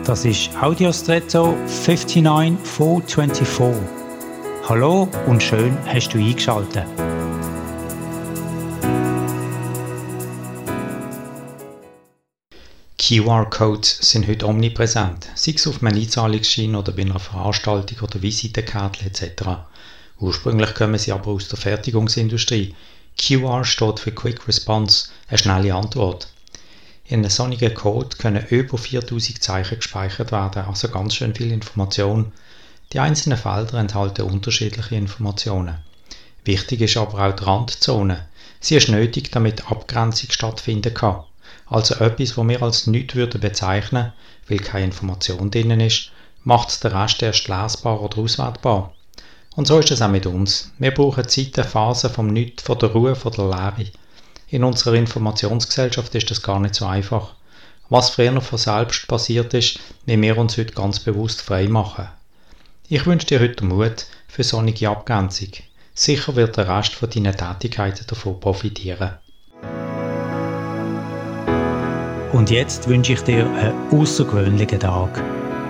Das ist Audiostretto 59424. Hallo und schön hast du eingeschaltet. QR-Codes sind heute omnipräsent, sei es auf einem Einzahlungsschein oder bei einer Veranstaltung oder Visitenkärtchen etc. Ursprünglich kommen sie aber aus der Fertigungsindustrie. QR steht für Quick Response, eine schnelle Antwort. In einem solchen Code können über 4000 Zeichen gespeichert werden, also ganz schön viel Information. Die einzelnen Felder enthalten unterschiedliche Informationen. Wichtig ist aber auch die Randzone. Sie ist nötig, damit Abgrenzung stattfinden kann. Also etwas, was wir als nichts bezeichnen würden, weil keine Information drin ist, macht es den Rest erst lesbar oder auswertbar. Und so ist es auch mit uns. Wir brauchen Zeiten, Phasen vom Nichts, von der Ruhe, von der Leere. In unserer Informationsgesellschaft ist das gar nicht so einfach. Was früher von selbst passiert ist, müssen wir uns heute ganz bewusst frei machen. Ich wünsche dir heute Mut für solche Abgrenzung. Sicher wird der Rest von deinen Tätigkeiten davon profitieren. Und jetzt wünsche ich dir einen außergewöhnlichen Tag.